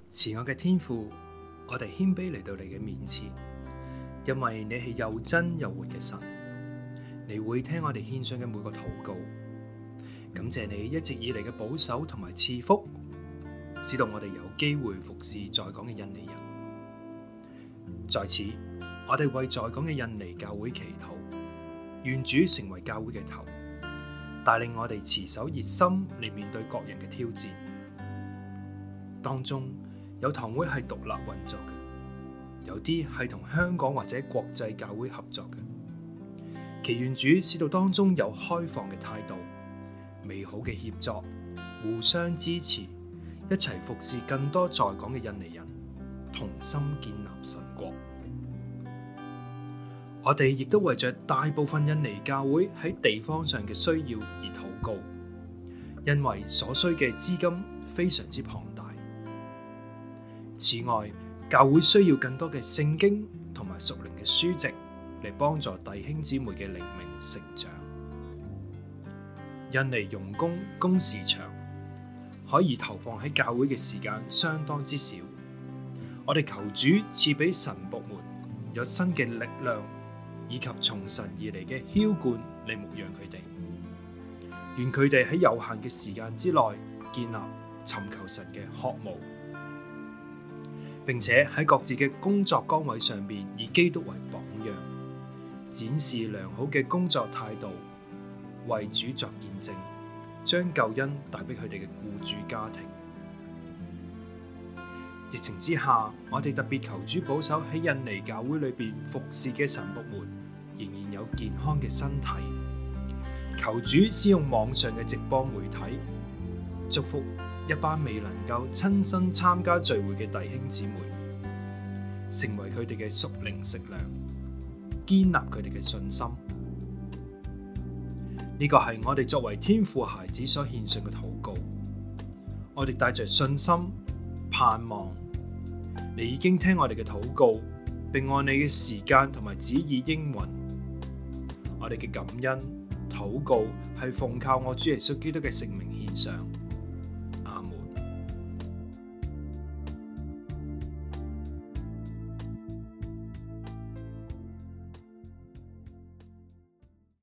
慈愛嘅天父，我哋謙卑嚟到你嘅面前，因為你係又真又活嘅神，你會聽我哋獻上嘅每個禱告。感謝你一直以嚟嘅保守同埋賜福，使到我哋有機會服侍在港嘅印尼人。在此，我哋為在港嘅印尼教會祈禱，願主成為教會嘅頭，帶領我哋持守熱心嚟面對各樣嘅挑戰。當中有堂會係獨立運作嘅，有啲係同香港或者國際教會合作嘅。祈願主使到當中有開放嘅態度、美好嘅協作、互相支持，一齊服侍更多在港嘅印尼人，同心建立神國。我哋亦都為着大部分印尼教會喺地方上嘅需要而禱告，因為所需嘅資金非常之龐大。此外，教會需要更多嘅聖經同埋屬靈嘅書籍嚟幫助弟兄姊妹嘅靈命成長。印尼傭工工時長，可以投放喺教會嘅時間相當之少。我哋求主賜俾神僕們有新嘅力量，以及從神而嚟嘅澆灌嚟牧養佢哋。願佢哋喺有限嘅時間之內建立尋求神嘅渴慕，並且喺各自嘅工作崗位上邊以基督為榜樣，展示良好嘅工作態度，為主作見證，將救恩帶俾佢哋嘅僱主家庭。疫情之下，我哋特別求主保守喺印尼教會裏邊服侍嘅神僕們仍然有健康嘅身體。求主使用網上嘅直播媒體，祝福一班未能夠親身參加聚會嘅弟兄姊妹，成為佢哋嘅屬靈食糧，堅立佢哋嘅信心。呢個係我哋作為天父孩子所獻上嘅禱告。我哋帶着信心盼望，你已經聽我哋嘅禱告，並按你嘅時間同埋旨意應允。我哋嘅感恩禱告係奉靠我主耶穌基督嘅聖名獻上。